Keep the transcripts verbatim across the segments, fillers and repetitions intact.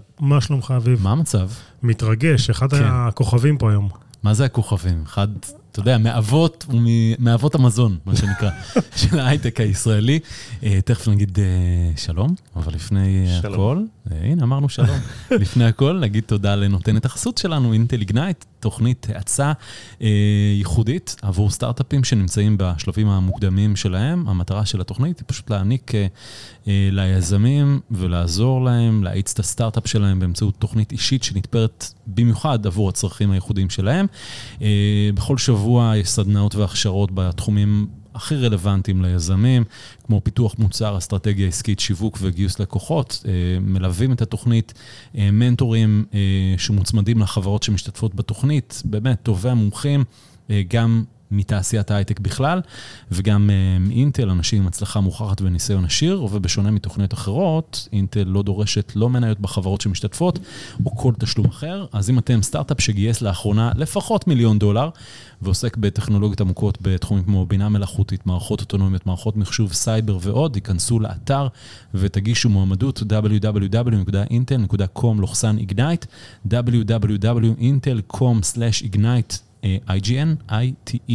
מה שלומך אביב? מה המצב? מתרגש, אחד כן. הכוכבים פה היום. מה זה הכוכבים? אחד, אתה יודע, מאבות ומאבות המזון, מה שנקרא, של ההייטק הישראלי. תכף נגיד שלום, אבל לפני שלום. הכל, הנה אמרנו שלום. לפני הכל, נגיד תודה לנותנת החסות שלנו, אינטל איגנייט, תוכנית האצה ייחודית עבור סטארט-אפים שנמצאים בשלבים המוקדמים שלהם. המטרה של התוכנית היא פשוט להעניק ליזמים ולעזור להם, להאיץ את הסטארט-אפ שלהם באמצעות תוכנית אישית שנתפרת במיוחד עבור הצרכים הייחודיים שלהם. בכל שבוע יש סדנאות והכשרות בתחומים הכי רלוונטיים ליזמים, כמו פיתוח מוצר, אסטרטגיה עסקית, שיווק וגיוס לקוחות, מלווים את התוכנית, מנטורים שמוצמדים לחברות שמשתתפות בתוכנית, באמת טובי המומחים, גם מתעשיית ההייטק בכלל, וגם מאינטל, אנשים עם הצלחה מוכחת וניסיון עשיר, ובשונה מתוכניות אחרות, אינטל לא דורשת לא מניות בחברות שמשתתפות, או כל תשלום אחר. אז אם אתם סטארט-אפ שגייס לאחרונה לפחות מיליון דולר, ועוסק בטכנולוגיות עמוקות בתחומים כמו בינה מלאכותית, מערכות אוטונומיות, מערכות מחשוב, סייבר ועוד, ייכנסו לאתר ותגישו מועמדות דאבליו דאבליו דאבליו נקודה אינטל נקודה קום סלש איגנייט, דאבליו דאבליו דאבליו נקודה אינטל נקודה קום סלש איגנייט, I G N I T E.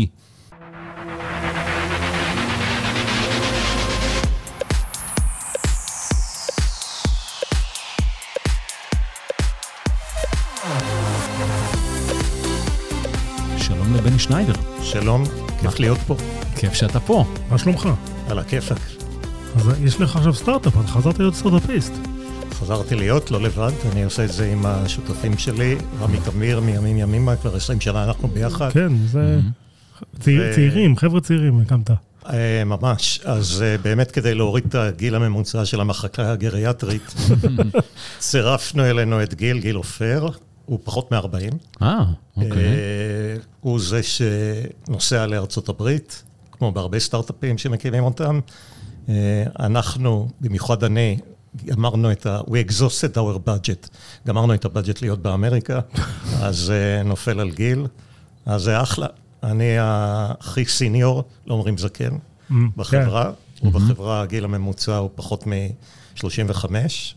שלום לבני שניידר. שלום, כיף להיות פה. כיף שאתה פה. מה שלומך? על הכיפק. אז יש לך עכשיו סטארט-אפ, אתה חזרת להיות סטארט-אפיסט. חזרתי להיות, לא לבד, אני עושה את זה עם השותפים שלי, רמי תמיר, מימים ימימה, כבר עשרים שנה אנחנו ביחד. כן, זה צעירים, חבר'ה צעירים, הקמת. ממש, אז באמת כדי להוריד את הגיל הממוצע של המחלקה הגריאטרית, צירפנו אלינו את גיל, גיל אופר, הוא פחות מ-ארבעים. אה, אוקיי. הוא זה שנוסע לארצות הברית, כמו בהרבה סטארט-אפים שמקימים אותם. אנחנו, במיוחד אני, גמרנו את ה... We exhausted our budget. גמרנו את הבאג'ט להיות באמריקה, אז נופל על גיל. אז זה אחלה. אני הכי סיניור, לא אומרים זקן, בחברה. ובחברה הגיל הממוצע הוא פחות מ-שלושים וחמש.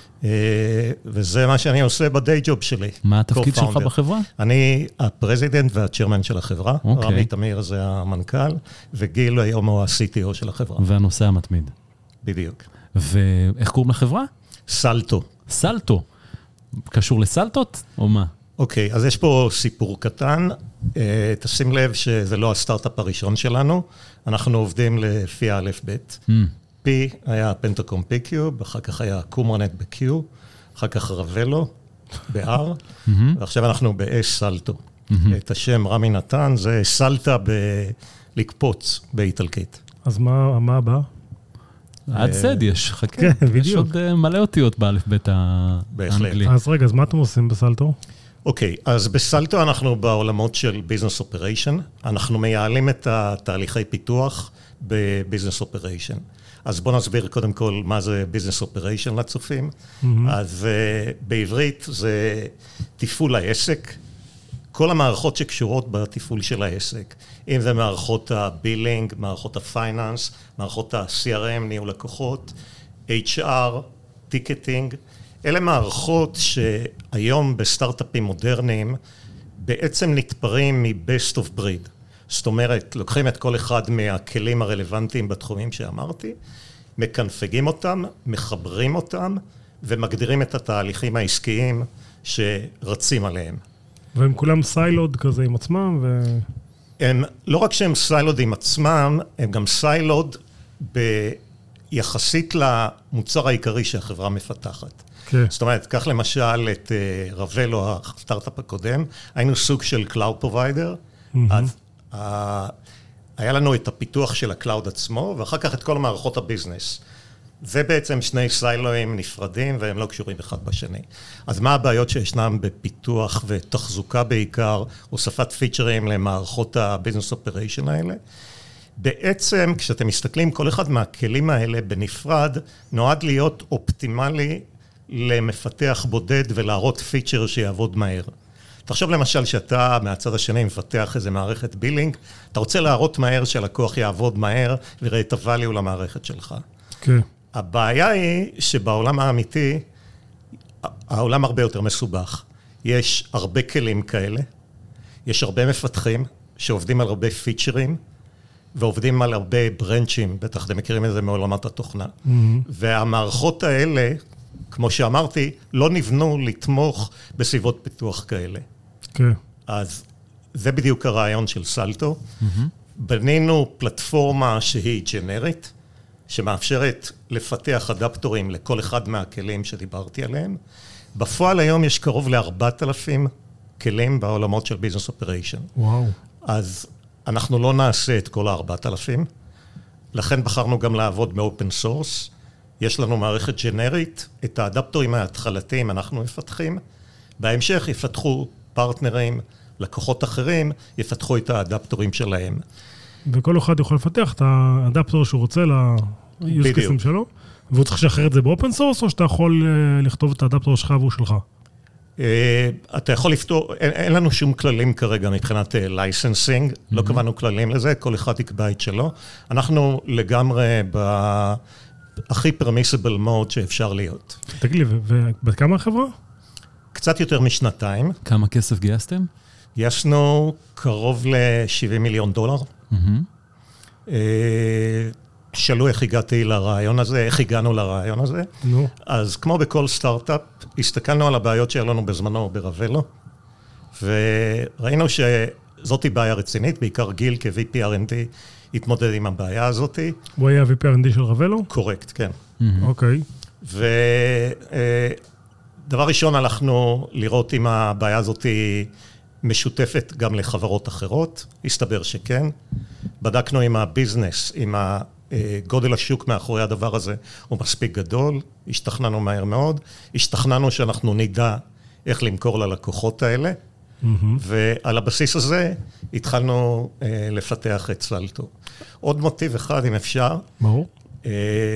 וזה מה שאני עושה בדיי ג'וב שלי. מה התפקיד שלך בחברה? אני הפרזידנט והצ'רמן של החברה. רמי תמיר זה המנכ"ל, וגיל היום הוא ה-סי טי או של החברה. והנושא המתמיד. בדיוק. ואיך קוראים לחברה? סלטו. סלטו. קשור לסלטות או מה? אוקיי, אז יש פה סיפור קטן. תשים לב שזה לא הסטארט-אפ הראשון שלנו. אנחנו עובדים לפי א' ב'. P היה פנטקום פי-קיוב, אחר כך היה קומרנט ב-Q, אחר כך רבלו ב-R, ועכשיו אנחנו ב-S סלטו. את השם רמי נתן, זה סלטה לקפוץ באיטלקית. אז מה הבא? עד סד יש, חכה. כן, בדיוק. יש עוד מלא אותיות באלף בית האנגלי. אז רגע, אז מה אתם עושים בסלטו? אוקיי, אז בסלטו אנחנו בעולמות של ביזנס אופריישן, אנחנו מייעלים את התהליכי פיתוח בביזנס אופריישן. אז בואו נסביר קודם כל מה זה ביזנס אופריישן לצופים. אז בעברית זה תפעול העסק, כל המערכות שקשורות בתפעול של העסק, אם זה מערכות הבילינג, מערכות הפייננס, מערכות ה-סי אר אם, ניהול לקוחות, אייץ' אר, טיקטינג, אלה מערכות שהיום בסטארט-אפים מודרניים בעצם נתפרים מ-best of breed. זאת אומרת, לוקחים את כל אחד מהכלים הרלוונטיים בתחומים שאמרתי, מקנפגים אותם, מחברים אותם, ומגדירים את התהליכים העסקיים שרצים עליהם. והם כולם סיילוד כזה עם עצמם, ו... הם, לא רק שהם סיילוד עם עצמם, הם גם סיילוד ביחסית למוצר העיקרי שהחברה מפתחת. כן. זאת אומרת, קח למשל את רבלו, הסטארט-אפ הקודם, היינו סוג של Cloud Provider, אז היה לנו את הפיתוח של הקלאוד עצמו, ואחר כך את כל המערכות הביזנס. זה בעצם שני סיילואים נפרדים, והם לא קשורים אחד בשני. אז מה הבעיות שישנם בפיתוח ותחזוקה בעיקר, הוספת פיצ'רים למערכות הביזנס אופריישן האלה? בעצם, כשאתם מסתכלים, כל אחד מהכלים האלה בנפרד, נועד להיות אופטימלי למפתח בודד ולהראות פיצ'ר שיעבוד מהר. תחשוב למשל שאתה מהצד השני מפתח איזה מערכת בילינג, אתה רוצה להראות מהר שהלקוח יעבוד מהר ויראה את הvalue למערכת שלך. כן. הבעיה היא שבעולם האמיתי, העולם הרבה יותר מסובך. יש הרבה כלים כאלה, יש הרבה מפתחים שעובדים על הרבה פיצ'רים, ועובדים על הרבה ברנצ'ים, בטח אתם מכירים את זה מעולמת התוכנה. Mm-hmm. והמערכות האלה, כמו שאמרתי, לא נבנו לתמוך בסביבות פיתוח כאלה. כן. אז זה בדיוק הרעיון של סלטו. Mm-hmm. בנינו פלטפורמה שהיא ג'נרית, שמאפשרת לפתח אדפטורים לכל אחד מהכלים שדיברתי עליהם. בפועל היום יש קרוב ל-ארבעת אלפים כלים בעולמות של ביזנס אופריישן. וואו. אז אנחנו לא נעשה את כל ה-ארבעת אלפים, לכן בחרנו גם לעבוד מאופן סורס. יש לנו מערכת ג'נרית, את האדפטורים ההתחלתיים אנחנו מפתחים, בהמשך יפתחו פרטנרים, לקוחות אחרים, יפתחו את האדפטורים שלהם. וכל אחד יכול לפתח את האדפטור שהוא רוצה ל-use cases שלו, והוא צריך לשחרר את זה באופן סורס, או שאתה יכול לכתוב את האדפטור שלך והוא שלך? אתה יכול לפתור, אין, אין לנו שום כללים כרגע מבחינת לייסנסינג, mm-hmm. לא קבענו כללים לזה, כל אחד יקבע את שלו. אנחנו לגמרי בהכי permissible mode שאפשר להיות. תגיד לי, ובכמה החברה? קצת יותר משנתיים. כמה כסף גייסתם? גייסנו קרוב ל-שבעים מיליון דולר. Mm-hmm. שאלו איך הגעתי לרעיון הזה, איך הגענו לרעיון הזה. נו. אז כמו בכל סטארט-אפ, הסתכלנו על הבעיות שהיה לנו בזמנו ברבלו, וראינו שזאת היא בעיה רצינית, בעיקר גיל כ-וי פי אר אנד די התמודד עם הבעיה הזאת. הוא היה וי פי אר אנד די של רבלו? קורקט, כן. אוקיי. ודבר ראשון, הלכנו לראות אם הבעיה הזאת היא משותפת גם לחברות אחרות, הסתבר שכן. בדקנו עם הביזנס, עם ה... גודל השוק מאחורי הדבר הזה הוא מספיק גדול, השתכננו מהר מאוד, השתכננו שאנחנו נדע איך למכור ללקוחות האלה, mm-hmm. ועל הבסיס הזה התחלנו אה, לפתח את סלטו. עוד מוטיב אחד, אם אפשר. ברור. אה,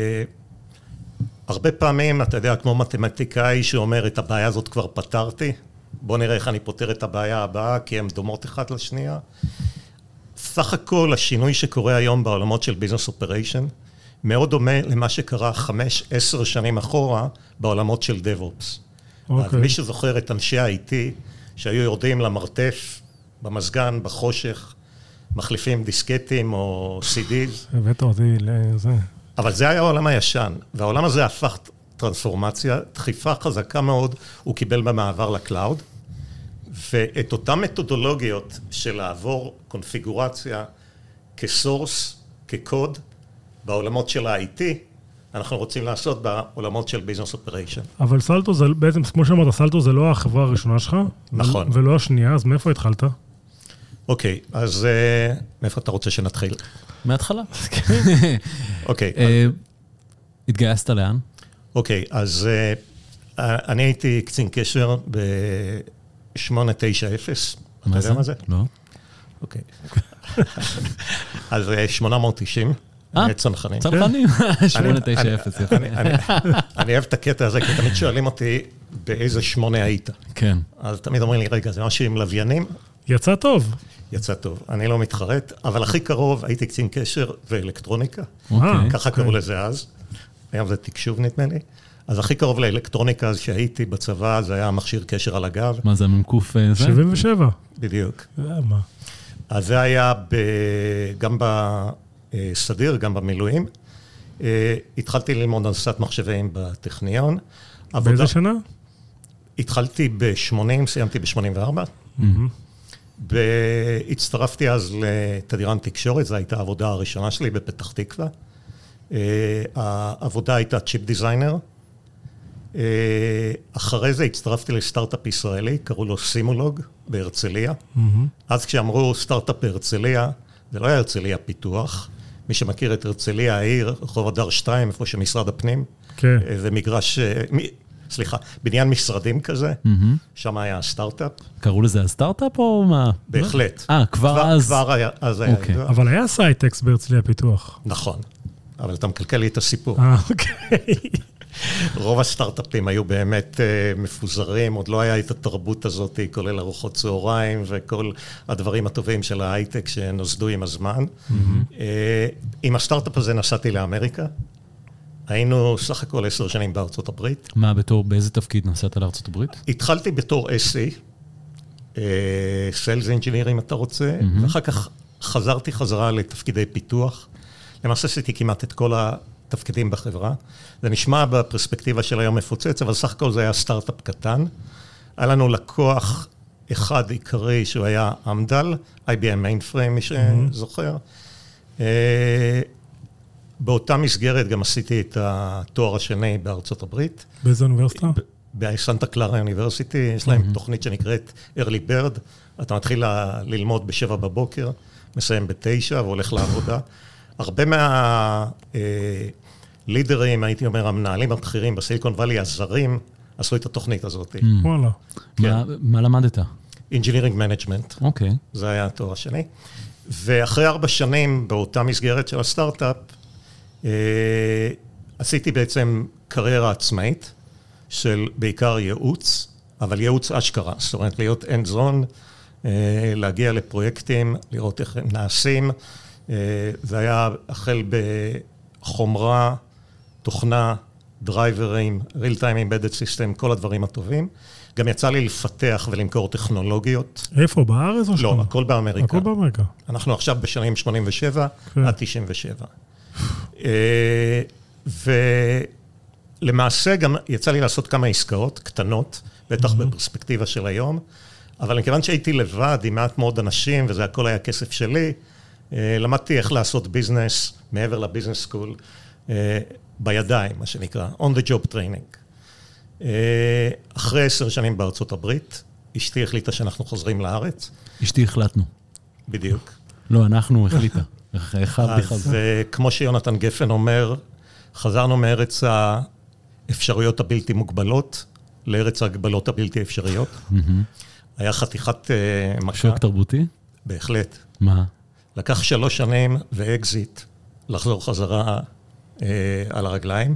הרבה פעמים, אתה יודע, כמו מתמטיקאי שאומר, את הבעיה הזאת כבר פתרתי, בוא נראה איך אני פותר את הבעיה הבאה, כי הן דומות אחת לשנייה. סך הכל, השינוי שקורה היום בעולמות של ביזנס אופריישן, מאוד דומה למה שקרה חמש, עשר שנים אחורה בעולמות של דב-אופס. Okay. אז מי שזוכר את אנשי ה-איי טי, שהיו יורדים למרתף, במזגן, בחושך, מחליפים דיסקטים או סי דיז. הבאת אותי לזה. אבל זה היה העולם הישן, והעולם הזה הפך טרנספורמציה, דחיפה חזקה מאוד, הוא קיבל במעבר לקלאוד, ואת אותן מתודולוגיות של לעבור קונפיגורציה כסורס, כקוד, בעולמות של ה-איי טי, אנחנו רוצים לעשות בעולמות של ביזנס אופריישן. אבל סלטו זה בעצם, כמו שאמרת, סלטו זה לא החברה הראשונה שלך? נכון. ולא השנייה, אז מאיפה התחלת? אוקיי, אז מאיפה אתה רוצה שנתחיל? מההתחלה. אוקיי. התגייסת לאן? אוקיי, אז אני הייתי קצין קשר ב-שמונה תשע אפס. אתה יודע מה זה? לא. אוקיי. אז שמונה מאות תשעים. צנחנים. צנחנים, שמונה תשע אפס. אני אוהב את הקטע הזה, כי תמיד שואלים אותי באיזה שמונה היית. כן. אז תמיד אומרים לי, רגע, זה משהו עם לוויינים? יצא טוב. יצא טוב. אני לא מתחרט, אבל הכי קרוב הייתי קצין קשר ואלקטרוניקה. אוקיי. ככה קראו לזה אז. היום זה תקשוב נדמה לי. אז הכי קרוב לאלקטרוניקה, אז שהייתי בצבא, זה היה מכשיר קשר על הגב. מה זה, ממקוף זה? שבעים ושבע. בדיוק. למה? אז זה היה גם בסדיר, גם במילואים. התחלתי ללמוד הנדסת מחשבים בטכניון. באיזה שנה? התחלתי ב-שמונים, סיימתי ב-שמונים וארבע. והצטרפתי אז לתדירן תקשורת, זו הייתה העבודה הראשונה שלי בפתח תקווה. העבודה הייתה צ'יפ דיזיינר. אחרי זה הצטרפתי לסטארט-אפ ישראלי, קראו לו סימולוג בהרצליה. אז כשאמרו סטארט-אפ בהרצליה, זה לא היה הרצליה פיתוח. מי שמכיר את הרצליה, העיר, רחוב הדר שתיים, איפה שמשרד הפנים. כן. זה מגרש, סליחה, בניין משרדים כזה, שם היה הסטארט-אפ. קראו לזה הסטארט-אפ או מה? בהחלט. אה, כבר אז? כבר אז היה. אבל היה סייטקס בהרצליה פיתוח. נכון. אבל אתה מקלקל לי את הסיפור. אה, אוקיי. רוב הסטארט-אפים היו באמת מפוזרים, עוד לא היה את התרבות הזאת, כולל ארוחות צהריים וכל הדברים הטובים של ההייטק שנוסדו עם הזמן. עם הסטארט-אפ הזה נסעתי לאמריקה, היינו סך הכל עשר שנים בארצות הברית. מה בתור, באיזה תפקיד נסעת לארצות הברית? התחלתי בתור אס סי, Sales Engineer אם אתה רוצה, mm-hmm. ואחר כך חזרתי חזרה לתפקידי פיתוח. למעשה עשיתי כמעט את כל התפקידים בחברה. זה נשמע בפרספקטיבה של היום מפוצץ, אבל סך הכל זה היה סטארט-אפ קטן. היה לנו לקוח אחד עיקרי שהוא היה אמדל, איי בי אם Mainframe, מי שזוכר. Mm-hmm. באותה מסגרת גם עשיתי את התואר השני בארצות הברית. באיזה אוניברסיטה? בסנטה קלרה אוניברסיטי, יש להם mm-hmm. תוכנית שנקראת Early Bird, אתה מתחיל ל- ללמוד בשבע בבוקר, מסיים בתשע והולך לעבודה. הרבה מהלידרים, הייתי אומר, המנהלים הבכירים בסיליקון ואלי, הזרים, עשו את התוכנית הזאת. Mm. וואלה. כן. מה, מה למדת? Engineering Management. אוקיי. Okay. זה היה התואר השני. ואחרי ארבע שנים באותה מסגרת של הסטארט-אפ, עשיתי בעצם קריירה עצמאית, של בעיקר ייעוץ, אבל ייעוץ אשכרה, זאת אומרת להיות end zone, להגיע לפרויקטים, לראות איך הם נעשים, זה היה החל בחומרה, תוכנה, דרייברים, real time embedded system, כל הדברים הטובים. גם יצא לי לפתח ולמכור טכנולוגיות. איפה, בארץ או שם? לא, הכל באמריקה. הכל באמריקה. אנחנו עכשיו בשנים שמונים ושבע עד תשעים ושבע. ו... למעשה גם יצא לי לעשות כמה עסקאות קטנות, בטח בפרספקטיבה של היום, אבל מכיוון שהייתי לבד עם מעט מאוד אנשים, וזה הכל היה כסף שלי, למדתי איך לעשות ביזנס מעבר לביזנס סקול, בידיים, מה שנקרא, on the job training. אחרי עשר שנים בארצות הברית, אשתי החליטה שאנחנו חוזרים לארץ. אשתי החלטנו. בדיוק. לא, אנחנו החליטה. אז כמו שיונתן גפן אומר, חזרנו מארץ האפשרויות הבלתי מוגבלות, לארץ ההגבלות הבלתי אפשריות. היה חתיכת מכה. שוק תרבותי? בהחלט. מה? לקח שלוש שנים ואקזיט לחזור חזרה על הרגליים.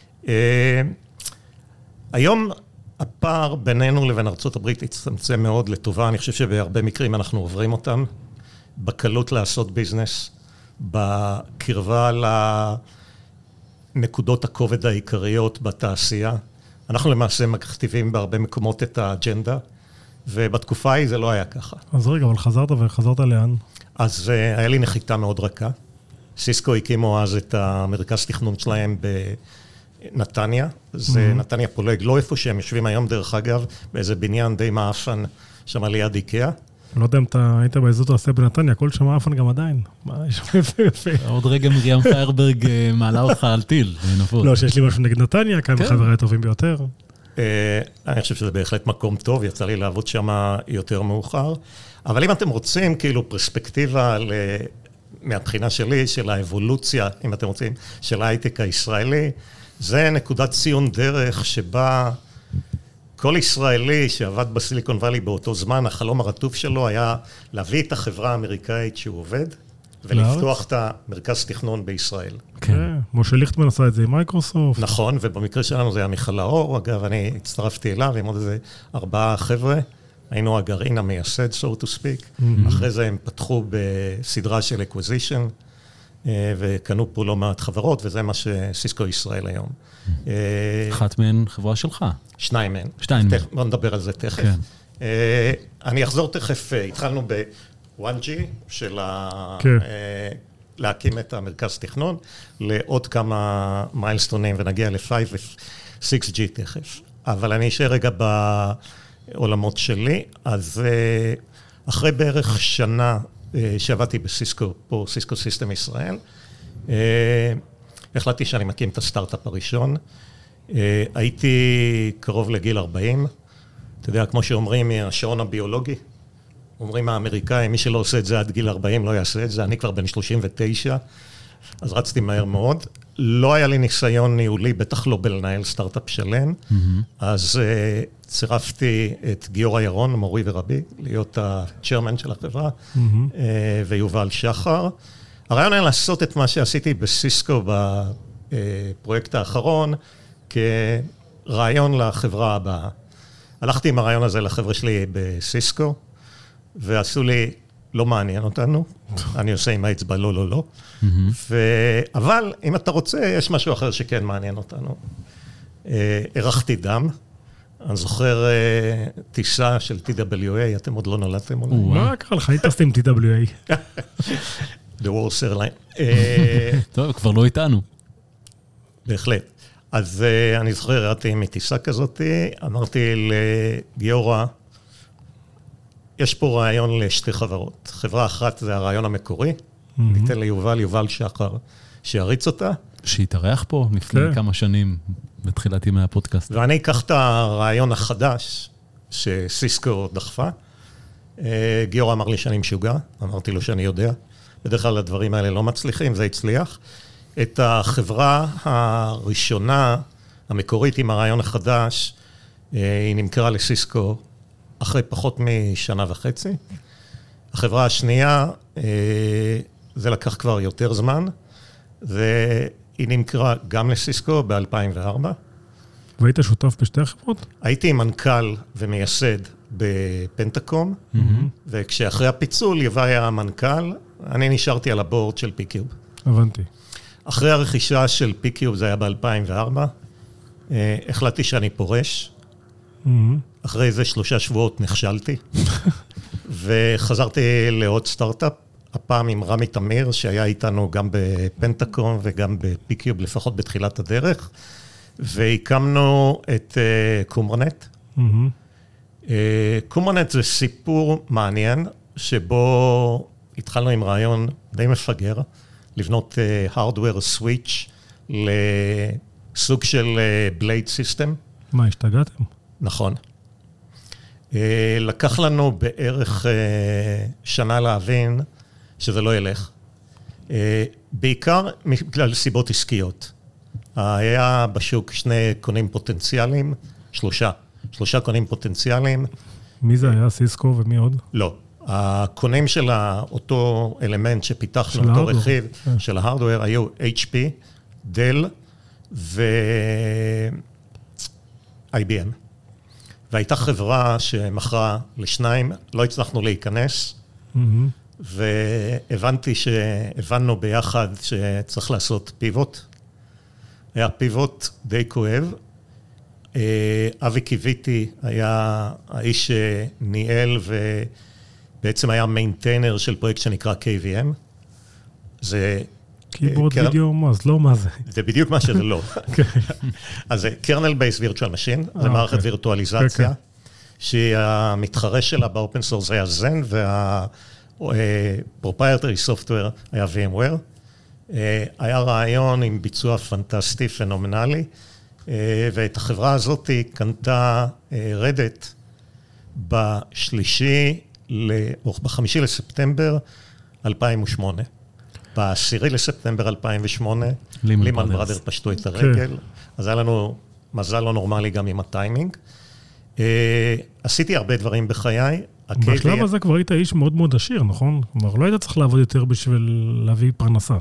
היום הפער בינינו לבין ארצות הברית הצטמצם מאוד לטובה, אני חושב שבהרבה מקרים אנחנו עוברים אותם, בקלות לעשות ביזנס, בקרבה לנקודות הכובד העיקריות בתעשייה. אנחנו למעשה מכתיבים בהרבה מקומות את האג'נדה, ובתקופה ההיא זה לא היה ככה. אז רגע, אבל חזרת וחזרת לאן? אז uh, היה לי נחיתה מאוד רכה. סיסקו הקימו אז את המרכז תכנון שלהם בנתניה. זה mm-hmm. נתניה פולג, לא איפה שהם יושבים היום דרך אגב, באיזה בניין די מאפן שם ליד איקאה. לא יודע אם אתה היית באזור תעשה בנתניה, הכל שם מאפן גם עדיין. מה, יש יפה יפה. עוד רגע מרים פיירברג מעלה אותך על טיל. לא, שיש לי משהו נגד נתניה, כאן חבריי הטובים ביותר. אני חושב שזה בהחלט מקום טוב, יצא לי לעבוד שם יותר מאוחר. אבל אם אתם רוצים, כאילו, פרספקטיבה מהבחינה שלי, של האבולוציה, אם אתם רוצים, של ההייטק הישראלי, זה נקודת ציון דרך שבה כל ישראלי שעבד בסיליקון ואלי באותו זמן, החלום הרטוב שלו היה להביא את החברה האמריקאית שהוא עובד, ולפתוח את המרכז תכנון בישראל. כן. משה ליכטמן עשה את זה עם מייקרוסופט. נכון, ובמקרה שלנו זה היה מיכל האור, אגב, אני הצטרפתי אליו עם עוד איזה ארבעה חבר'ה, היינו הגרעין המייסד, so to speak. אחרי זה הם פתחו בסדרה של acquisition, וקנו פה לא מעט חברות, וזה מה שסיסקו ישראל היום. אחת מהן חברה שלך. שניים מהן. שתיים מהן. בוא נדבר על זה תכף. אני אחזור תכף, התחלנו ב-וואן ג'י של להקים את המרכז תכנון, לעוד כמה מיילסטונים, ונגיע ל-פייב ו-סיקס ג'י תכף. אבל אני אשאר רגע בעולמות שלי, אז אחרי בערך שנה שעבדתי בסיסקו, פה סיסקו סיסטם ישראל, החלטתי שאני מקים את הסטארט-אפ הראשון. הייתי קרוב לגיל ארבעים, אתה יודע, כמו שאומרים, השעון הביולוגי, אומרים האמריקאים, מי שלא עושה את זה עד גיל ארבעים לא יעשה את זה, אני כבר בן שלושים ותשע, אז רצתי מהר מאוד. לא היה לי ניסיון ניהולי, בטח לא בלנהל סטארט-אפ שלם, mm-hmm. אז uh, צירפתי את גיורא ירון, מורי ורבי, להיות הצ'רמן של החברה, mm-hmm. uh, ויובל שחר. הרעיון היה לעשות את מה שעשיתי בסיסקו בפרויקט האחרון, כרעיון לחברה הבאה. הלכתי עם הרעיון הזה לחבר'ה שלי בסיסקו, ועשו לי לא מעניין אותנו, אני עושה עם האצבע לא, לא, לא. אבל אם אתה רוצה, יש משהו אחר שכן מעניין אותנו. ערכתי דם, אני זוכר טיסה של טי דאבליו איי, אתם עוד לא נולדתם אולי? מה קרה לך? הייתי עם טי דאבליו איי. The World's Airline. טוב, כבר לא איתנו. בהחלט. אז אני זוכר, הראיתי מטיסה כזאת, אמרתי לגיורא, יש פה רעיון לשתי חברות. חברה אחת זה הרעיון המקורי, ניתן ליובל, יובל שחר, שיריץ אותה. שהתארח פה לפני כמה שנים, בתחילת ימי הפודקאסט. ואני אקח את הרעיון החדש, שסיסקו דחפה. גיורא אמר לי שאני משוגע, אמרתי לו שאני יודע. בדרך כלל הדברים האלה לא מצליחים, זה הצליח. את החברה הראשונה, המקורית עם הרעיון החדש, היא נמכרה לסיסקו אחרי פחות משנה וחצי. החברה השנייה, זה לקח כבר יותר זמן, והיא נמכרה גם לסיסקו ב-אלפיים וארבע. והיית שותף בשתי החברות? הייתי מנכ"ל ומייסד בפנטקום, mm-hmm. וכשאחרי הפיצול יבא היה המנכ"ל, אני נשארתי על הבורד של פי-קיוב. הבנתי. אחרי הרכישה של פי-קיוב, זה היה ב-אלפיים וארבע, החלטתי שאני פורש. Mm-hmm. אחרי איזה שלושה שבועות נכשלתי, וחזרתי לעוד סטארט-אפ, הפעם עם רמי תמיר, שהיה איתנו גם בפנטקום וגם בפי-קיוב, לפחות בתחילת הדרך, והקמנו את קומרנט. Mm-hmm. קומרנט זה סיפור מעניין, שבו התחלנו עם רעיון די מפגר, לבנות hardware switch לסוג של blade system. מה, השתגעתם? נכון. לקח לנו בערך שנה להבין שזה לא ילך. בעיקר בגלל סיבות עסקיות. היה בשוק שני קונים פוטנציאליים, שלושה. שלושה קונים פוטנציאליים. מי זה היה? סיסקו ומי עוד? לא. הקונים של אותו אלמנט שפיתחנו, אותו רכיב של ההרדוור, היו אייץ' פי, דל ו-איי בי אם. והייתה חברה שמכרה לשניים, לא הצלחנו להיכנס, והבנתי שהבנו ביחד שצריך לעשות פיבוט. היה פיבוט די כואב. אבי קיוויתי היה האיש שניהל ובעצם היה מיינטיינר של פרויקט שנקרא קיי וי אם. זה... קיבורד וידאו, מה? אז לא מה זה. זה בדיוק מה שזה לא. אז זה kernel based virtual machine, זה מערכת וירטואליזציה, שהמתחרה שלה באופן סורס היה זן, והפרופיירטרי סופטוור היה VMware. היה רעיון עם ביצוע פנטסטי, פנומנלי, ואת החברה הזאת קנתה רדט בשלישי, או בחמישי לספטמבר אלפיים ושמונה. בעשירי לספטמבר אלפיים ושמונה, לימן בראדר פשטו את הרגל, אז היה לנו מזל לא נורמלי גם עם הטיימינג. עשיתי הרבה דברים בחיי. בשלב הזה כבר היית איש מאוד מאוד עשיר, נכון? כלומר, לא היית צריך לעבוד יותר בשביל להביא פרנסה.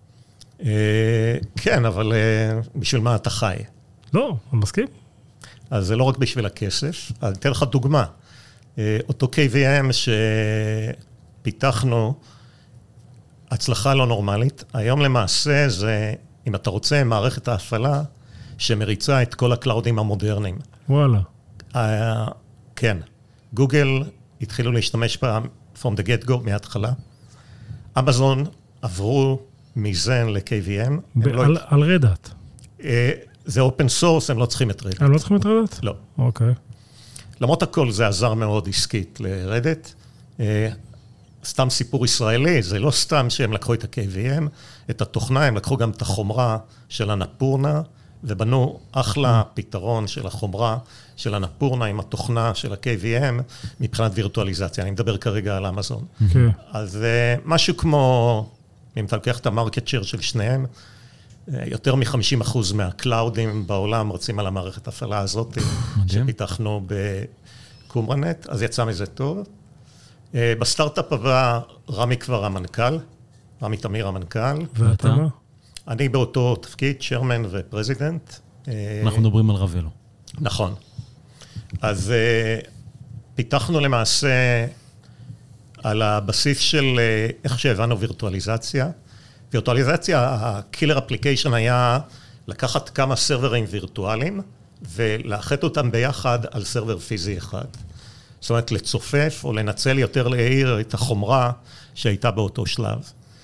כן, אבל בשביל מה אתה חי? לא, אני מסכים. אז זה לא רק בשביל הכסף. אני אתן לך דוגמה. אותו קיי וי אם שפיתחנו, הצלחה לא נורמלית. היום למעשה זה, אם אתה רוצה, מערכת ההפעלה שמריצה את כל הקלאודים המודרניים. וואלה. Uh, כן. גוגל התחילו להשתמש פעם from the get go מההתחלה. אמזון עברו מזן ל-קיי וי אם. ב- לא על, את... על רדאט. Uh, זה אופן סורס, הם לא צריכים את רדאט. הם לא צריכים את רדאט? לא. אוקיי. למרות הכל זה עזר מאוד עסקית לרדאט. Uh, סתם סיפור ישראלי, זה לא סתם שהם לקחו את ה-קיי וי אם, את התוכנה, הם לקחו גם את החומרה של הנפורנה, ובנו אחלה פתרון של החומרה של הנפורנה עם התוכנה של ה-קיי וי אם, מבחינת וירטואליזציה. אני מדבר כרגע על אמזון. Okay. אז משהו כמו, אם אתה לוקח את המרקט שייר של שניהם, יותר מ-חמישים אחוז מהקלאודים בעולם רוצים על המערכת הפעלה הזאת, שפיתחנו בקומרנט, אז יצא מזה טוב. בסטארט-אפ הבא, רמי כבר המנכ"ל, רמי תמיר המנכ"ל. ואתה מה? אני באותו תפקיד, שרמן ופרזידנט. אנחנו מדברים על רבלו. נכון. אז פיתחנו למעשה, על הבסיס של איך שהבנו וירטואליזציה. וירטואליזציה, הקילר אפליקיישן היה לקחת כמה סרברים וירטואליים, ולאחד אותם ביחד על סרבר פיזי אחד. זאת אומרת, לצופף או לנצל יותר להעיר את החומרה שהייתה באותו שלב.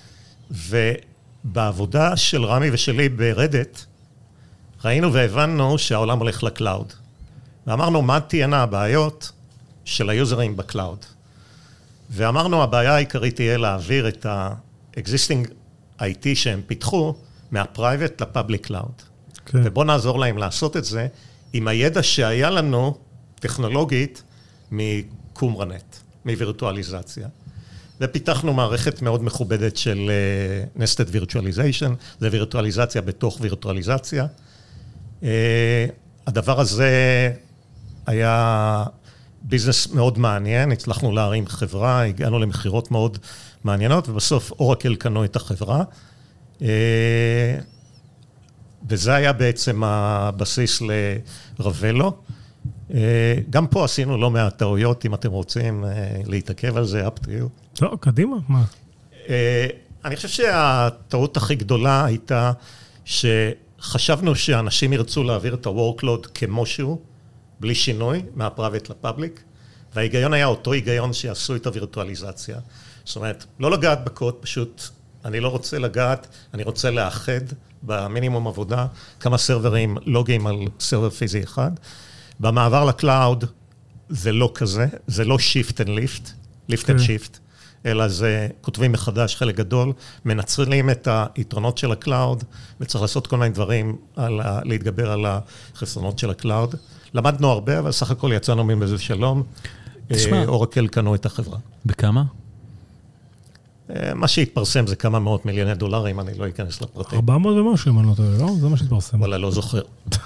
ובעבודה של רמי ושלי ברדט, ראינו והבנו שהעולם הולך לקלאוד. ואמרנו, מה תהיינה הבעיות של היוזרים בקלאוד? ואמרנו, הבעיה העיקרית תהיה להעביר את ה-existing איי טי שהם פיתחו מה-private ל-public cloud. כן. ובואו נעזור להם לעשות את זה עם הידע שהיה לנו טכנולוגית מקומרנט, מווירטואליזציה. ופיתחנו מערכת מאוד מכובדת של uh, Nested Virtualization, זה וירטואליזציה בתוך וירטואליזציה. Uh, הדבר הזה היה ביזנס מאוד מעניין, הצלחנו להרים חברה, הגענו למחירות מאוד מעניינות, ובסוף אורקל קנו את החברה. Uh, וזה היה בעצם הבסיס לרוולו. גם פה עשינו לא מעט טעויות, אם אתם רוצים להתעכב על זה, up to you. לא, קדימה, מה? אני חושב שהטעות הכי גדולה הייתה שחשבנו שאנשים ירצו להעביר את ה-workload כמו שהוא, בלי שינוי, מה-private ל-public, וההיגיון היה אותו היגיון שיעשו את הווירטואליזציה. זאת אומרת, לא לגעת בקוד, פשוט אני לא רוצה לגעת, אני רוצה לאחד במינימום עבודה, כמה סרברים לוגים על סרבר פיזי אחד. במעבר לקלאוד זה לא כזה, זה לא shift and lift, lift and shift, אלא זה כותבים מחדש חלק גדול, מנצלים את היתרונות של הקלאוד, וצריך לעשות כל מיני דברים על ה, להתגבר על החסרונות של הקלאוד. למדנו הרבה, אבל סך הכל יצאנו מזה שלום. תשמע, אורקל קנו את החברה. בכמה? מה שהתפרסם זה כמה מאות מיליוני דולרים, אני לא אכנס לפרטים. ארבע מאות ומשהו, אם אני לא טועה, לא? זה מה שהתפרסם. וואלה, לא זוכר.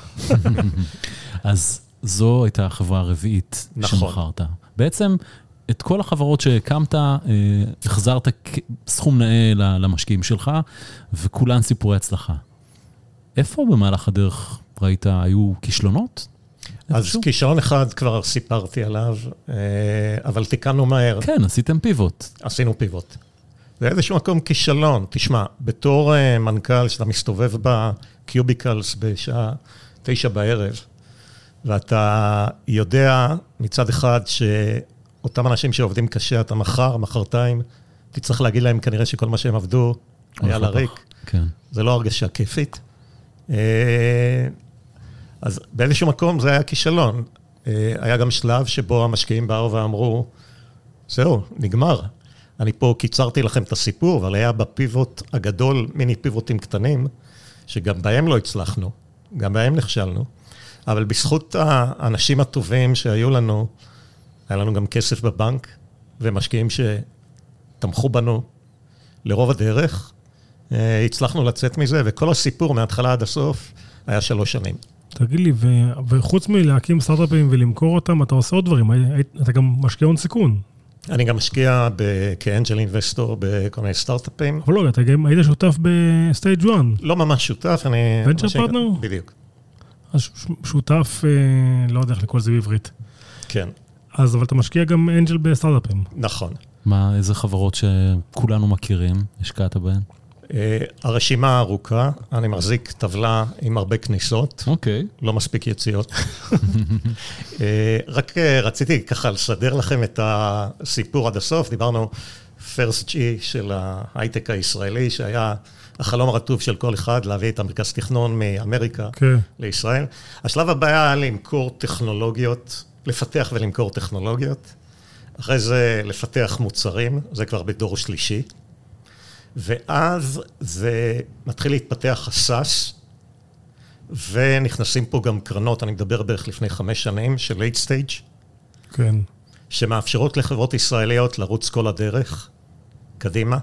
אז זו הייתה החברה הרביעית שמכרת. בעצם, את כל החברות שהקמת, החזרת סכום נאה למשקיעים שלך, וכולן סיפורי הצלחה. איפה במהלך הדרך ראית, היו כישלונות? אז כישלון אחד כבר סיפרתי עליו, אבל תיקנו מהר. כן, עשיתם פיבוט. עשינו פיבוט. זה איזשהו מקום כישלון. תשמע, בתור מנכ"ל שאתה מסתובב בקיוביקלס בשעה תשע בערב, ואתה יודע מצד אחד שאותם אנשים שעובדים קשה, אתה מחר, מחרתיים, תצטרך להגיד להם כנראה שכל מה שהם עבדו היה לריק. כן. זה לא הרגשה כיפית. אז באיזשהו מקום זה היה כישלון. היה גם שלב שבו המשקיעים באו ואמרו, זהו, נגמר. אני פה קיצרתי לכם את הסיפור, אבל היה בפיבוט הגדול מיני פיבוטים קטנים, שגם בהם לא הצלחנו, גם בהם נכשלנו. אבל בזכות האנשים הטובים שהיו לנו, היה לנו גם כסף בבנק, ומשקיעים שתמכו בנו לרוב הדרך, הצלחנו לצאת מזה, וכל הסיפור מההתחלה עד הסוף היה שלוש שנים. תגיד לי, וחוץ מלהקים סטארט-אפים ולמכור אותם, אתה עושה עוד דברים, אתה גם משקיע הון סיכון. אני גם משקיע כאנג'ל אינבסטור בכל מיני סטארט-אפים. אבל לא, אתה גם היית שותף בסטייג' אחת. לא ממש שותף, אני... ונצ'ר פרטנר? בדיוק. אז שותף, לא יודע איך לקרוא לזה בעברית. כן. אז אבל אתה משקיע גם אנג'ל בסטארט-אפים. נכון. מה, איזה חברות שכולנו מכירים, השקעת בהן? הרשימה הארוכה, אני מחזיק טבלה עם הרבה כניסות. אוקיי. לא מספיק יציאות. רק רציתי ככה לסדר לכם את הסיפור עד הסוף. דיברנו פרסט ג'י של ההייטק הישראלי, שהיה החלום הרטוב של כל אחד, להביא את המרכז תכנון מאמריקה לישראל. השלב הבא היה למכור טכנולוגיות, לפתח ולמכור טכנולוגיות. אחרי זה לפתח מוצרים, זה כבר בדור שלישי. ואז זה מתחיל להתפתח הסאס, ונכנסים פה גם קרנות, אני מדבר בערך לפני חמש שנים, של late stage, כן. שמאפשרות לחברות ישראליות לרוץ כל הדרך, קדימה,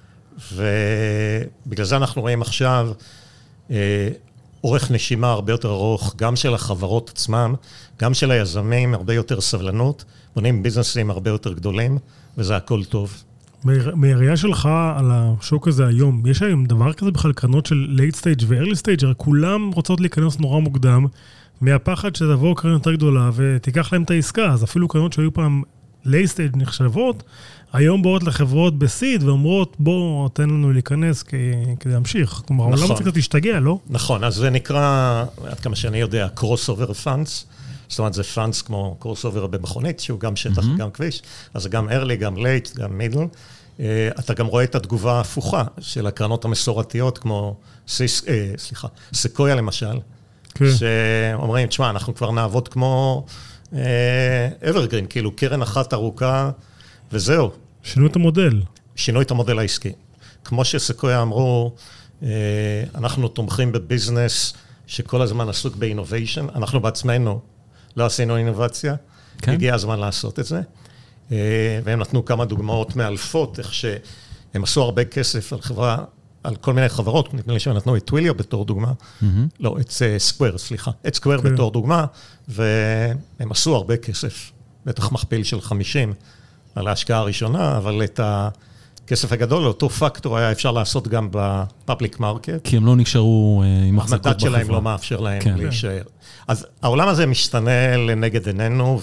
ובגלל זה אנחנו רואים עכשיו אה, אורך נשימה הרבה יותר ארוך, גם של החברות עצמם, גם של היזמים, הרבה יותר סבלנות, בונים ביזנסים הרבה יותר גדולים, וזה הכל טוב. מהראייה שלך על השוק הזה היום, יש היום דבר כזה בכלל קרנות של late stage ו-early stage, הרי כולם רוצות להיכנס נורא מוקדם, מהפחד שתבוא קרן יותר גדולה ותיקח להם את העסקה, אז אפילו קרנות שהיו פעם לייט סטייג' נחשבות, היום באות לחברות בסיד ואומרות, בוא, תן לנו להיכנס כדי להמשיך. כלומר, נכון. העולם קצת תשתגע, לא? נכון, אז זה נקרא, עד כמה שאני יודע, crossover funds, זאת אומרת, זה funds כמו crossover במכונית, שהוא גם שטח, mm-hmm. גם כביש, אז זה גם early, גם late, גם middle. אתה גם רואה את התגובה ההפוכה של הקרנות המסורתיות, כמו סיס, אה, סליחה, סקויה למשל, okay. שאומרים, תשמע, אנחנו כבר נעבוד כמו אה, evergreen, כאילו קרן אחת ארוכה, וזהו. שינו את המודל. שינו את המודל העסקי. כמו שסקויה אמרו, אנחנו תומכים בביזנס שכל הזמן עסוק באינוביישן, אנחנו בעצמנו לא עשינו אינובציה, כן. הגיע הזמן לעשות את זה, והם נתנו כמה דוגמאות מאלפות, איך שהם עשו הרבה כסף על חברה, על כל מיני חברות, נדמה לי שהם נתנו את טוויליו בתור דוגמה, mm-hmm. לא, את סקוואר, סליחה, את סקוואר okay. בתור דוגמה, והם עשו הרבה כסף, בטח מכפיל של חמישים, על ההשקעה הראשונה, אבל את הכסף הגדול, אותו פקטור היה אפשר לעשות גם בפאבליק מרקט. כי הם לא נשארו עם החזקות בחברה. המדד שלהם לא מאפשר להם כן. להישאר. אז העולם הזה משתנה לנגד עינינו,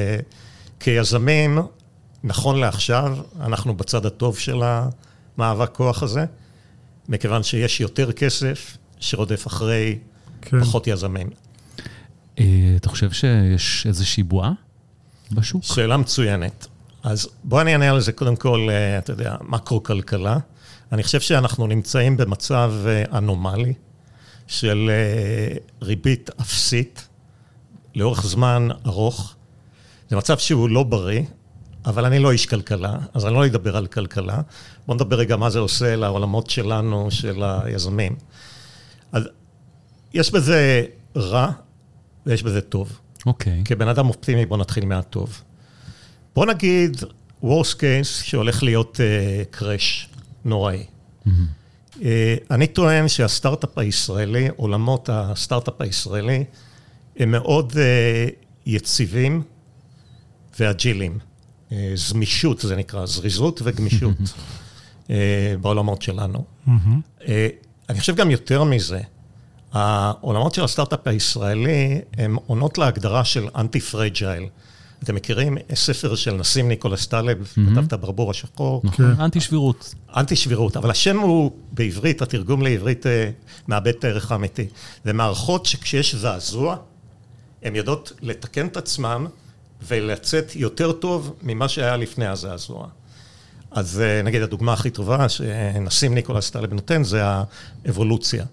וכיזמים, נכון לעכשיו, אנחנו בצד הטוב של המאבק כוח הזה, מכיוון שיש יותר כסף שרודף אחרי כן. פחות יזמים. אתה חושב שיש איזושהי בועה בשוק? שאלה מצוינת. אז בוא אני אענה על זה קודם כל, אתה יודע, מקרו-כלכלה. אני חושב שאנחנו נמצאים במצב אנומלי של ריבית אפסית לאורך זמן ארוך. זה מצב שהוא לא בריא, אבל אני לא איש כלכלה, אז אני לא אדבר על כלכלה. בוא נדבר רגע מה זה עושה לעולמות שלנו, של היזמים. אז יש בזה רע ויש בזה טוב. אוקיי. כבן אדם אופטימי, בוא נתחיל מהטוב. בוא נגיד, worst case, שהולך להיות uh, קרש נוראי. Mm-hmm. Uh, אני טוען שהסטארט-אפ הישראלי, עולמות הסטארט-אפ הישראלי, הם מאוד uh, יציבים ואג'ילים. Uh, זמישות, זה נקרא, זריזות וגמישות uh, בעולמות שלנו. Mm-hmm. Uh, אני חושב גם יותר מזה, העולמות של הסטארט-אפ הישראלי, הם עונות להגדרה של אנטי-פרג'ייל. אתם מכירים ספר של נסים ניקולס טלב, כתב את הברבור השחור. אנטי שבירות. אנטי שבירות, אבל השם הוא בעברית, התרגום לעברית מאבד את הערך האמיתי. זה מערכות שכשיש זעזוע, הן יודעות לתקן את עצמם ולצאת יותר טוב ממה שהיה לפני הזעזוע. אז נגיד הדוגמה הכי טובה שנסים ניקולס טלב נותן, זה האבולוציה.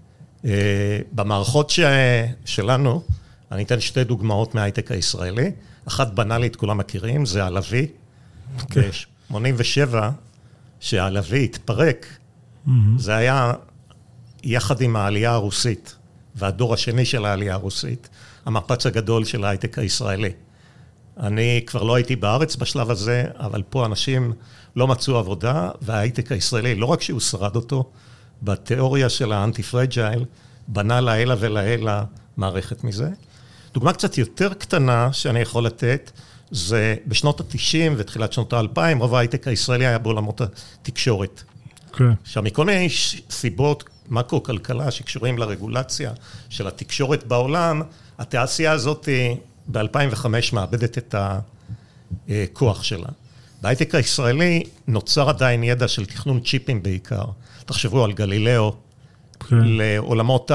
במערכות שלנו, אני אתן שתי דוגמאות מההייטק הישראלי, אחת בנאלית, כולם מכירים, זה הלוי. ב-שמונים ושבע, שהלוי התפרק, זה היה יחד עם העלייה הרוסית, והדור השני של העלייה הרוסית, המפץ הגדול של ההייטק הישראלי. אני כבר לא הייתי בארץ בשלב הזה, אבל פה אנשים לא מצאו עבודה, וההייטק הישראלי, לא רק שהוא שרד אותו, בתיאוריה של האנטי-פרג'ייל, בנה לעילה ולעילה מערכת מזה. דוגמה קצת יותר קטנה שאני יכול לתת, זה בשנות ה-תשעים ותחילת שנות ה-אלפיים, רוב ההייטק הישראלי היה בעולמות התקשורת. Okay. עכשיו, מכל מיני סיבות, מקרו-כלכלה שקשורים לרגולציה של התקשורת בעולם, התעשייה הזאת ב-אלפיים וחמש מאבדת את הכוח שלה. בהייטק הישראלי נוצר עדיין ידע של תכנון צ'יפים בעיקר. תחשבו על גלילאו, okay. לעולמות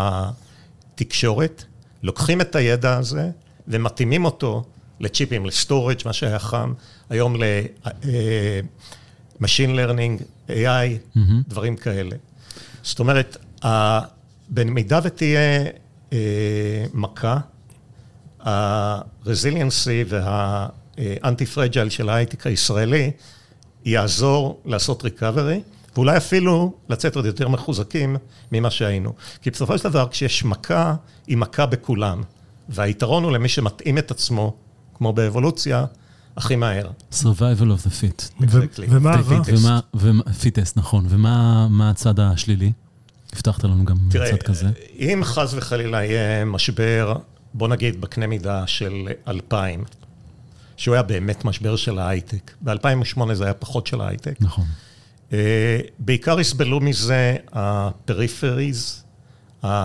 התקשורת, לוקחים את הידע הזה ומתאימים אותו לצ'יפים, לסטורג', מה שהיה חם, היום ל-machine learning, איי איי, mm-hmm. דברים כאלה. זאת אומרת, במידה ותהיה מכה, ה-resiliency וה-anti-fragile של ההייטק הישראלי יעזור לעשות recovery, ואולי אפילו לצאת עוד יותר מחוזקים ממה שהיינו. כי בסופו של דבר, כשיש מכה, היא מכה בכולם. והיתרון הוא למי שמתאים את עצמו, כמו באבולוציה, הכי מהר. survival of the fit. Exactly. ומה הרע? פיטסט, נכון. ומה הצד השלילי? הבטחת לנו גם צד כזה. אם חס וחלילה יהיה משבר, בוא נגיד בקנה מידה של אלפיים, שהוא היה באמת משבר של ההייטק. ב-אלפיים ושמונה זה היה פחות של ההייטק. נכון. בעיקר הסבלו מזה הפריפריז,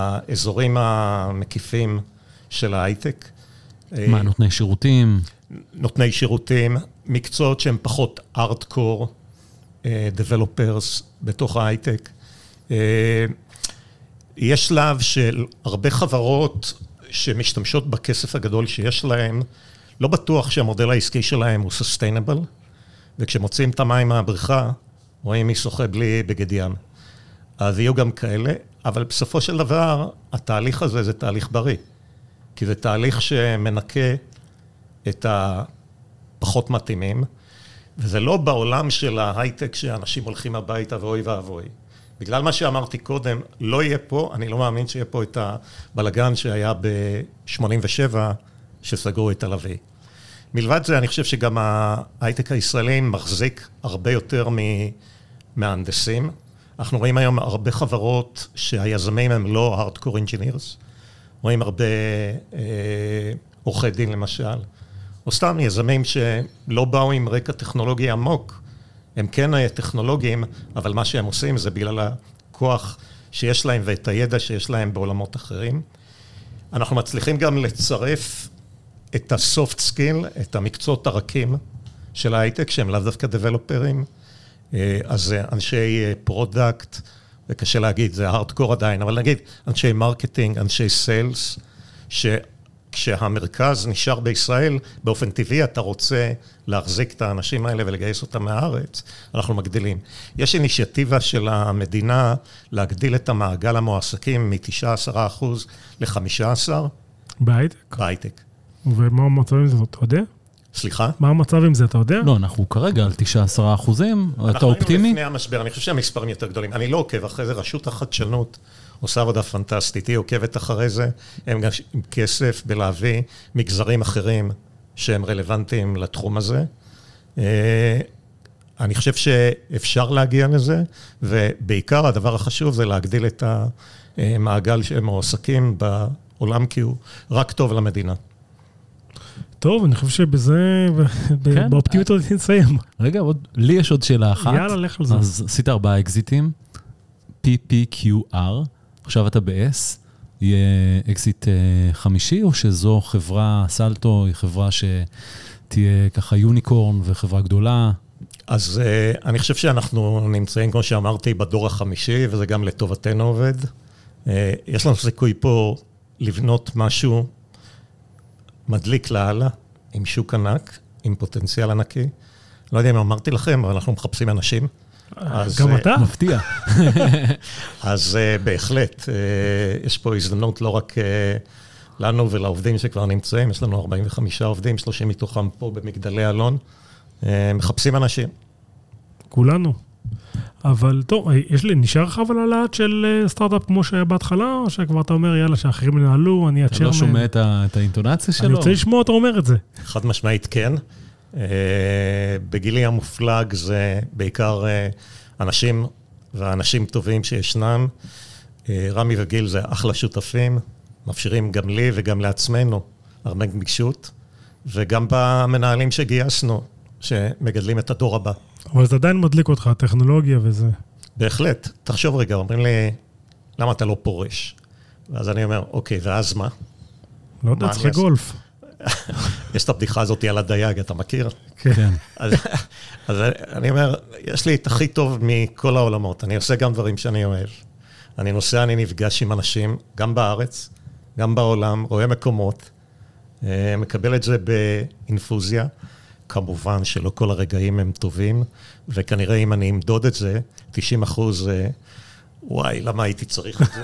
האזורים המקיפים של ההייטק. מה, נותני שירותים? נותני שירותים, מקצועות שהם פחות ארטקור, developers בתוך ההייטק. יש שלב של הרבה חברות שמשתמשות בכסף הגדול שיש להם, לא בטוח שהמודל העסקי שלהם הוא sustainable, וכשמוצאים את המים מהבריכה, רואים מי שוחה בלי בגד ים. אז יהיו גם כאלה, אבל בסופו של דבר, התהליך הזה זה תהליך בריא, כי זה תהליך שמנקה את הפחות מתאימים, וזה לא בעולם של ההייטק שאנשים הולכים הביתה ואוי ואבוי. בגלל מה שאמרתי קודם, לא יהיה פה, אני לא מאמין שיהיה פה את הבלגן שהיה ב-שמונים ושבע, שסגרו את הלוי. מלבד זה, אני חושב שגם ההייטק הישראלי מחזיק הרבה יותר מהנדסים. אנחנו רואים היום הרבה חברות שהיזמים הם לא hardcore engineers, רואים הרבה אה, עורכי דין למשל, או סתם יזמים שלא באו עם רקע טכנולוגי עמוק, הם כן טכנולוגיים, אבל מה שהם עושים זה בגלל הכוח שיש להם ואת הידע שיש להם בעולמות אחרים. אנחנו מצליחים גם לצרף את ה-soft skill, את המקצועות הרכים של ההייטק, שהם לאו דווקא דבלופרים, אז אנשי פרודקט, זה קשה להגיד, זה הארדקור עדיין, אבל נגיד אנשי מרקטינג, אנשי סיילס, שכשהמרכז נשאר בישראל, באופן טבעי אתה רוצה להחזיק את האנשים האלה ולגייס אותם מהארץ, אנחנו מגדילים. יש אינישיאטיבה של המדינה להגדיל את המעגל המועסקים מ-תשע עשרה אחוז ל-חמישה עשר. בהייטק? בהייטק. ומה המצב עם זה, אתה יודע? סליחה? מה המצב עם זה, אתה יודע? לא, אנחנו כרגע על תשע עשרה אחוזים, אתה אופטימי? אנחנו היינו לפני המשבר, אני חושב שהמספרים יותר גדולים. אני לא עוקב אחרי זה, רשות החדשנות עושה עבודה פנטסטית, היא עוקבת אחרי זה, הם גם עם כסף בלהביא מגזרים אחרים שהם רלוונטיים לתחום הזה. אני חושב שאפשר להגיע לזה, ובעיקר הדבר החשוב זה להגדיל את המעגל שהם מועסקים בעולם, כי הוא רק טוב למדינה. טוב, אני חושב שבזה, באופטימיות עוד נסיים. רגע, לי יש עוד שאלה אחת. יאללה, לך על זה. אז עשית ארבעה אקזיטים, פי פי קיו אר, עכשיו אתה ב-S, יהיה אקזיט חמישי, או שזו חברה, סלטו, היא חברה שתהיה ככה יוניקורן וחברה גדולה? אז אני חושב שאנחנו נמצאים, כמו שאמרתי, בדור החמישי, וזה גם לטובתנו עובד. יש לנו סיכוי פה לבנות משהו מדליק להלאה, עם שוק ענק, עם פוטנציאל ענקי. לא יודע אם אמרתי לכם, אבל אנחנו מחפשים אנשים. גם אתה? מפתיע. אז בהחלט, יש פה הזדמנות לא רק לנו ולעובדים שכבר נמצאים, יש לנו ארבעים וחמישה עובדים, שלושים מתוכם פה במגדלי אלון, מחפשים אנשים. כולנו. אבל טוב, יש לי, נשאר לך אבל הלהט של סטארט-אפ כמו שהיה בהתחלה, או שכבר אתה אומר, יאללה, שאחרים ינהלו, אני אצ'ר מהם. אתה לא שומע את האינטונציה שלו? אני רוצה לשמוע, אתה אומר את זה. חד משמעית כן. בגילי המופלג זה בעיקר אנשים ואנשים טובים שישנם. רמי וגיל זה אחלה שותפים, מאפשרים גם לי וגם לעצמנו הרבה גמישות, וגם במנהלים שגייסנו, שמגדלים את הדור הבא. אבל זה עדיין מדליק אותך, הטכנולוגיה וזה. בהחלט. תחשוב רגע, אומרים לי, למה אתה לא פורש? ואז אני אומר, אוקיי, ואז מה? לא יודע, צריך גולף. יש את הבדיחה הזאת על הדייג, אתה מכיר? כן. אז, אז אני אומר, יש לי את הכי טוב מכל העולמות. אני עושה גם דברים שאני אוהב. אני נוסע, אני נפגש עם אנשים, גם בארץ, גם בעולם, רואה מקומות, מקבל את זה באינפוזיה. כמובן שלא כל הרגעים הם טובים, וכנראה אם אני אמדוד את זה, תשעים אחוז, וואי, למה הייתי צריך את זה?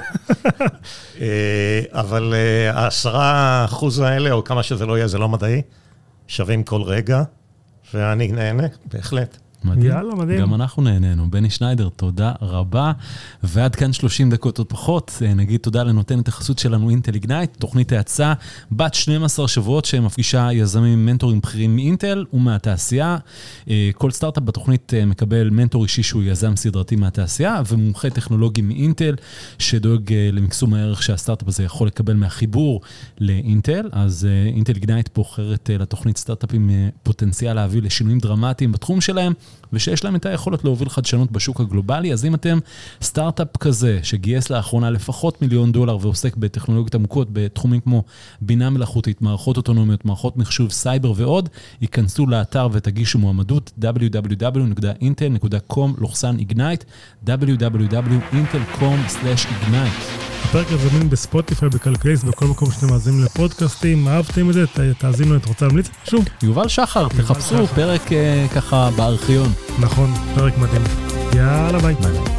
אבל העשרה אחוז האלה, או כמה שזה לא יהיה, זה לא מדעי, שווים כל רגע, ואני נהנה, בהחלט. מדהים. יאללה, מדהים. גם אנחנו נהנינו. בני שניידר, תודה רבה. ועד כאן שלושים דקות עוד פחות. נגיד תודה לנותנת החסות שלנו אינטל איגנייט, תוכנית האצה בת שנים עשר שבועות שמפגישה יזמים מנטורים בכירים מאינטל ומהתעשייה. כל סטארט-אפ בתוכנית מקבל מנטור אישי שהוא יזם סדרתי מהתעשייה, ומומחה טכנולוגי מאינטל שדואג למקסום הערך שהסטארט-אפ הזה יכול לקבל מהחיבור לאינטל. אז אינטל איגנייט בוחרת לתוכנית סטארט-אפים פוטנציאל להביא לשינויים דרמטיים בתחום שלהם. ושיש להם את היכולת להוביל חדשנות בשוק הגלובלי. אז אם אתם סטארט-אפ כזה, שגייס לאחרונה לפחות מיליון דולר, ועוסק בטכנולוגיות עמוקות, בתחומים כמו בינה מלאכותית, מערכות אוטונומיות, מערכות מחשוב, סייבר ועוד, ייכנסו לאתר ותגישו מועמדות, דאבליו דאבליו דאבליו נקודה אינטל נקודה קום סלש איגנייט, דאבליו דאבליו דאבליו נקודה אינטל נקודה קום סלש איגנייט. הפרק הזה זמין בספוטיפיי, בכלכליסט, בכל מקום שאתם מאזינים לפודקאסטים, אהבתם את זה, תאזינו, את רוצה להמליץ משהו? יובל שחר, תחפשו פרק ככה בארכיון. נכון, פרק מדהים. יאללה, ביי. ביי.